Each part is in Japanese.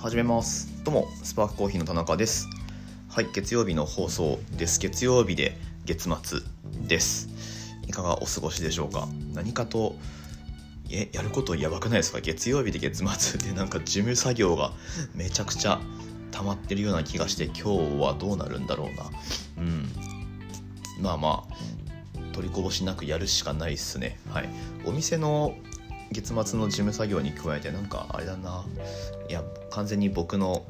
始めます。どうもスパークコーヒーの田中です。はい、月曜日の放送です。月曜日で月末です。いかがお過ごしでしょうか。何かとやることやばくないですか。月曜日で月末でなんか事務作業がめちゃくちゃ溜まってるような気がして、今日はどうなるんだろうな。まあ取りこぼしなくやるしかないっすね。はい、お店の月末の事務作業に加えてなんかあれだな、完全に僕の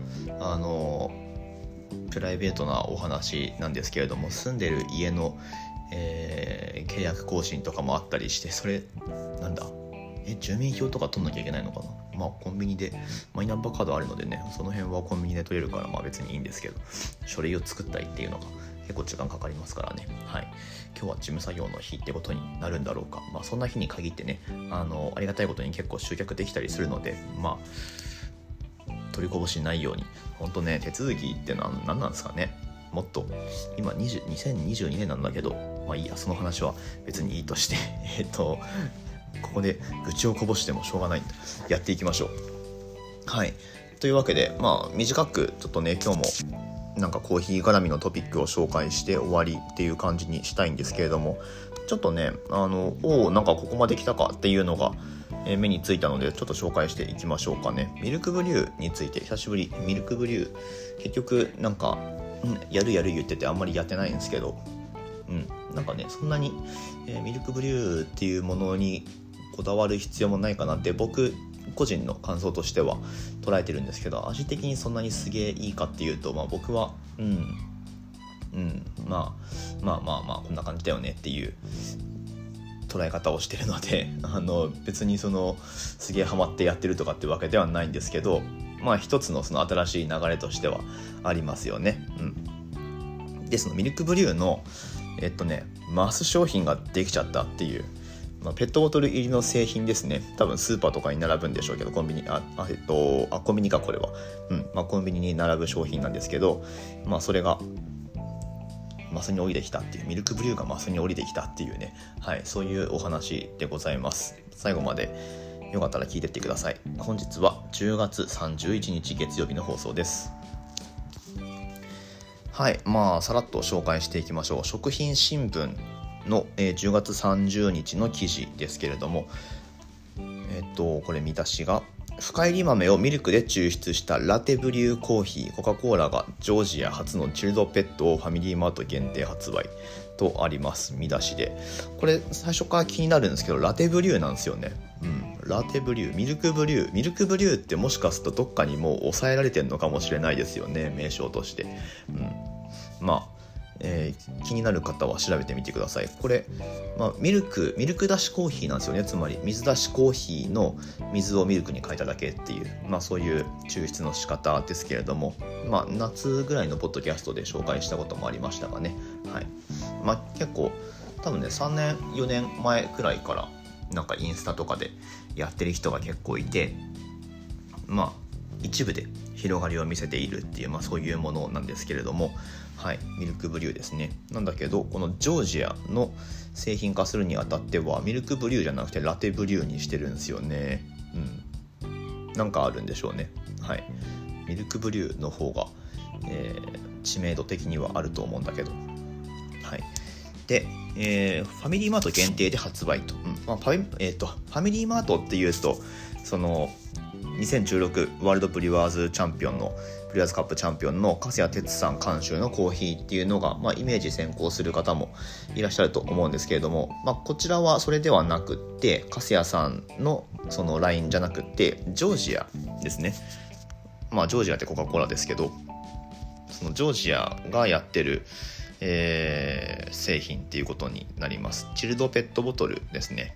プライベートなお話なんですけれども、住んでる家の、契約更新とかもあったりして、それなんだ住民票とか取んなきゃいけないのかな。コンビニでマイナンバーカードあるのでね、その辺はコンビニで取れるから別にいいんですけど、書類を作ったりっていうのが結構時間かかりますからね。はい、今日は事務作業の日ってことになるんだろうか。そんな日に限ってね、ありがたいことに結構集客できたりするので、取りこぼしないように。本当ね、手続きって何なんですかね。もっと今2022年なんだけど、いいや、その話は別にいいとしてここで愚痴をこぼしてもしょうがないんでやっていきましょう。はい、というわけで短くちょっとね、今日もなんかコーヒー絡みのトピックを紹介して終わりっていう感じにしたいんですけれども、ちょっとねなんかここまで来たかっていうのが目についたので、ちょっと紹介していきましょうかね。ミルクブリューについて、久しぶり。ミルクブリュー結局なんかやる言っててあんまりやってないんですけど、なんかね、そんなにミルクブリューっていうものにこだわる必要もないかなって僕個人の感想としては捉えてるんですけど、味的にそんなにすげえいいかっていうと、僕はこんな感じだよねっていう捉え方をしてるので、別にすげえハマってやってるとかってわけではないんですけど、一つのその新しい流れとしてはありますよね。で、そのミルクブリューのマス商品ができちゃったっていう、ペットボトル入りの製品ですね。多分スーパーとかに並ぶんでしょうけど、コンビニコンビニか、これはコンビニに並ぶ商品なんですけど、それがマスに降りてきたっていう、ミルクブリューがマスに降りてきたっていうね、はい、そういうお話でございます。最後までよかったら聞いてってください。本日は10月31日月曜日の放送です。はい、さらっと紹介していきましょう。食品新聞の10月30日の記事ですけれども、これ見出しが、深煎り豆をミルクで抽出したラテブリューコーヒー、コカ・コーラがジョージア初のチルドペットをファミリーマート限定発売とあります。見出しで、これ最初から気になるんですけど、ラテブリューなんですよね。ラテブリュー、ミルクブリューってもしかするとどっかにもう抑えられてるのかもしれないですよね、名称として。気になる方は調べてみてください。これ、ミルク出しコーヒーなんですよね。つまり水出しコーヒーの水をミルクに変えただけっていう、そういう抽出の仕方ですけれども、夏ぐらいのポッドキャストで紹介したこともありましたがね。はい、結構多分ね、3年4年前くらいからなんかインスタとかでやってる人が結構いて、一部で広がりを見せているっていう、そういうものなんですけれども、はい、ミルクブリューですね。なんだけど、このジョージアの製品化するにあたってはミルクブリューじゃなくてラテブリューにしてるんですよね。なんかあるんでしょうね。はい、ミルクブリューの方が、知名度的にはあると思うんだけど、はい。で、ファミリーマート限定で発売と。ファミリーマートっていうと、その2016ワールドブリュワーズチャンピオンのブリュワーズカップチャンピオンの粕谷哲さん監修のコーヒーっていうのが、イメージ先行する方もいらっしゃると思うんですけれども、こちらはそれではなくって、粕谷さんのそのラインじゃなくってジョージアですね。ジョージアってコカ・コーラですけど、そのジョージアがやってる、製品っていうことになります。チルドペットボトルですね。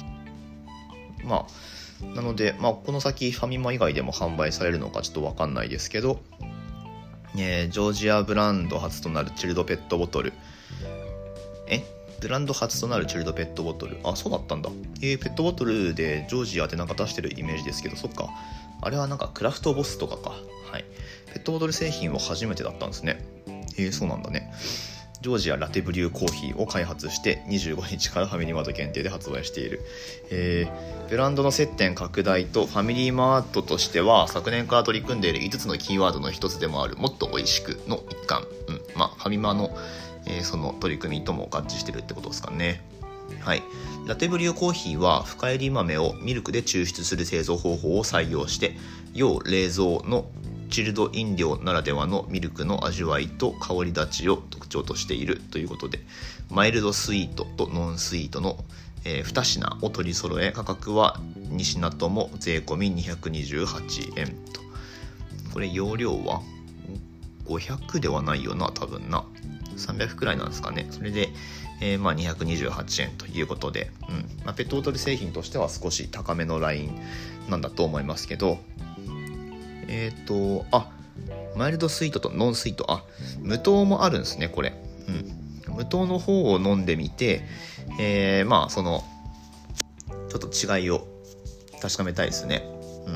なので、この先ファミマ以外でも販売されるのかちょっと分かんないですけど、ジョージアブランド初となるチルドペットボトル、ブランド初となるチルドペットボトル、そうだったんだ。ペットボトルでジョージアってなんか出してるイメージですけど、そっか、あれはなんかクラフトボスとかか。はい、ペットボトル製品は初めてだったんですね。そうなんだね。 ジョージアラテブリューコーヒーを開発して25日からファミリーマート限定で発売している。ブランドの接点拡大とファミリーマートとしては昨年から取り組んでいる5つのキーワードの一つでもあるもっと美味しくの一環、ファミマの、その取り組みとも合致してるってことですかね。はい、ラテブリューコーヒーは深煎り豆をミルクで抽出する製造方法を採用して要冷蔵のチルド飲料ならではのミルクの味わいと香り立ちを特徴としているということで、マイルドスイートとノンスイートの、2品を取り揃え、価格は2品とも税込み228円と。これ容量は500ではないよな、多分な300くらいなんですかね。それで、228円ということで、ペットボトル製品としては少し高めのラインなんだと思いますけど、マイルドスイートとノンスイート、無糖もあるんですねこれ。無糖の方を飲んでみて、そのちょっと違いを確かめたいですね。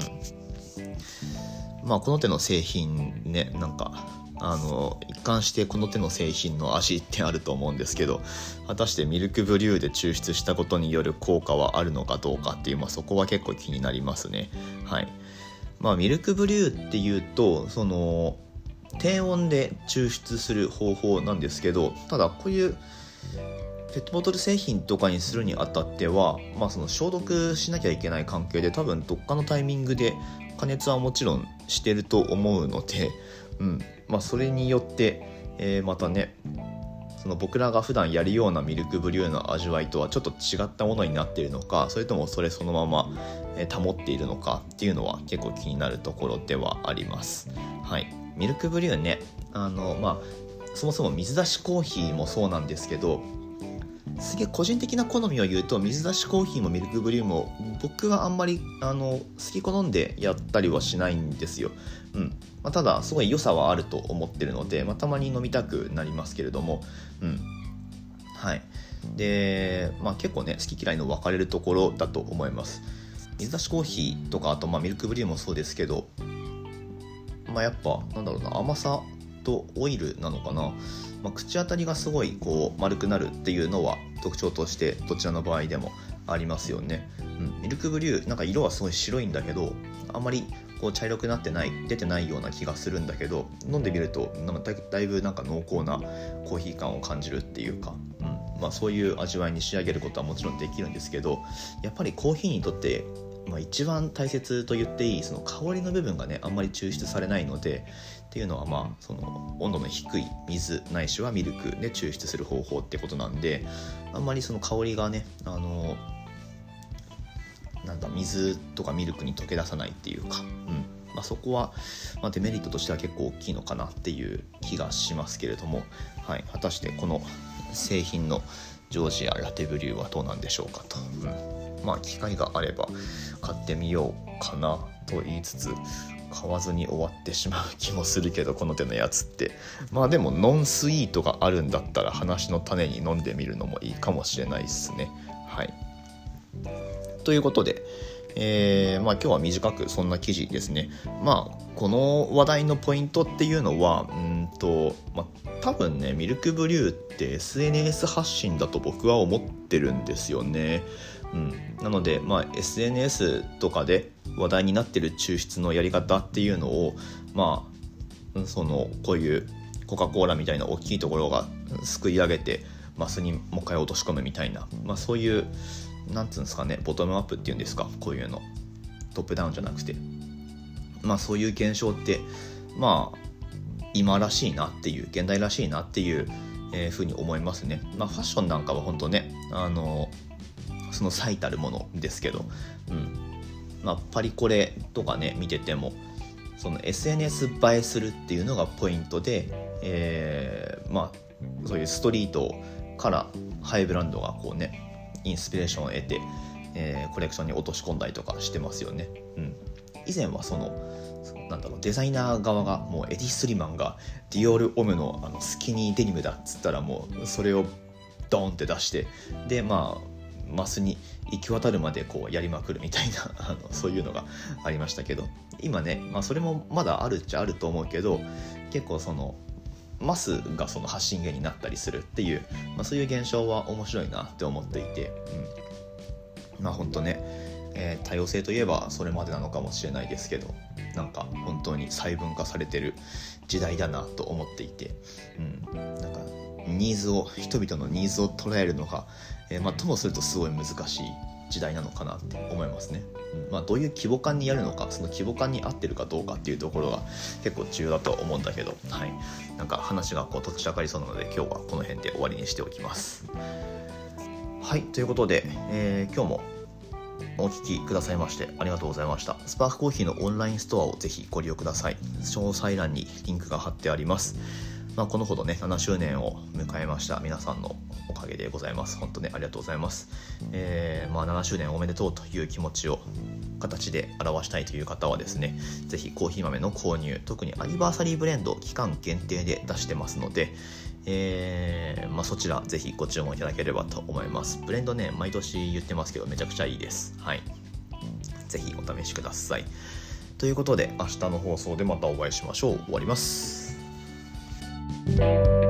この手の製品ね、なんか一貫してこの手の製品の味ってあると思うんですけど、果たしてミルクブリューで抽出したことによる効果はあるのかどうかっていう、そこは結構気になりますね。はい。ミルクブリューっていうとその低温で抽出する方法なんですけど、ただこういうペットボトル製品とかにするにあたっては、その消毒しなきゃいけない関係で多分どっかのタイミングで加熱はもちろんしてると思うので、それによって、またねその僕らが普段やるようなミルクブリューの味わいとはちょっと違ったものになっているのか、それともそのまま保っているのかっていうのは結構気になるところではあります。はい、ミルクブリューね、そもそも水出しコーヒーもそうなんですけど、すげえ個人的な好みを言うと水出しコーヒーもミルクブリューも僕はあんまり好き好んでやったりはしないんですよ。ただすごい良さはあると思ってるので、たまに飲みたくなりますけれども、はい。で、結構ね好き嫌いの分かれるところだと思います。水出しコーヒーとかあとミルクブリューもそうですけど、やっぱ甘さとオイルなのかな、口当たりがすごいこう丸くなるっていうのは特徴としてどちらの場合でもありますよね。ミルクブリューなんか色はすごい白いんだけど、あんまりこう茶色くなって出てないような気がするんだけど、飲んでみるとだいぶなんか濃厚なコーヒー感を感じるっていうか、そういう味わいに仕上げることはもちろんできるんですけど、やっぱりコーヒーにとって一番大切と言っていいその香りの部分がねあんまり抽出されないので、っていうのはその温度の低い水ないしはミルクで抽出する方法ってことなんで、あんまりその香りがね水とかミルクに溶け出さないっていうか、そこは、デメリットとしては結構大きいのかなっていう気がしますけれども、はい、果たしてこの製品のジョージアラテブリューはどうなんでしょうかと、機会があれば買ってみようかなと言いつつ買わずに終わってしまう気もするけど、この手のやつってでもノンスイートがあるんだったら話の種に飲んでみるのもいいかもしれないですね。はい、ということで、今日は短くそんな記事ですね。この話題のポイントっていうのは多分ねミルクブリューって SNS 発信だと僕は思ってるんですよね。なので、SNS とかで話題になってる抽出のやり方っていうのをこういうコカ・コーラみたいな大きいところがすくい上げてマスにもう一回落とし込むみたいな、そういうなんつうんですかね、ボトムアップっていうんですか、こういうのトップダウンじゃなくてそういう現象って今らしいなっていう現代らしいなっていうふうに思いますね。ファッションなんかは本当ねその最たるものですけど、パリコレとかね見ててもその SNS 映えするっていうのがポイントで、そういうストリートからハイブランドがこうねインスピレーションを得て、コレクションに落とし込んだりとかしてますよね。以前はデザイナー側がもうエディ・スリマンがディオール・オムのスキニーデニムだっつったらもうそれをドーンって出してでマスに行き渡るまでこうやりまくるみたいなそういうのがありましたけど、今ね、それもまだあるっちゃあると思うけど、結構マスがその発信源になったりするっていう、そういう現象は面白いなって思っていて、本当ね、多様性といえばそれまでなのかもしれないですけど、なんか本当に細分化されてる時代だなと思っていて、なんか人々のニーズを捉えるのが、ともするとすごい難しい時代なのかなって思いますね。どういう規模感にやるのか、その規模感に合ってるかどうかっていうところが結構重要だと思うんだけど、なんか話がとっちらかりそうなので、今日はこの辺で終わりにしておきます。ということで、今日もお聞きくださいましてありがとうございました。スパークコーヒーのオンラインストアをぜひご利用ください。詳細欄にリンクが貼ってあります。このほどね7周年を迎えました皆さんのおかげでございます。本当にありがとうございます。7周年おめでとうという気持ちを形で表したいという方はですね、ぜひコーヒー豆の購入、特にアニバーサリーブレンド期間限定で出してますので、そちらぜひご注文いただければと思います。ブレンドね、毎年言ってますけどめちゃくちゃいいです。ぜひお試しください。ということで明日の放送でまたお会いしましょう。終わります。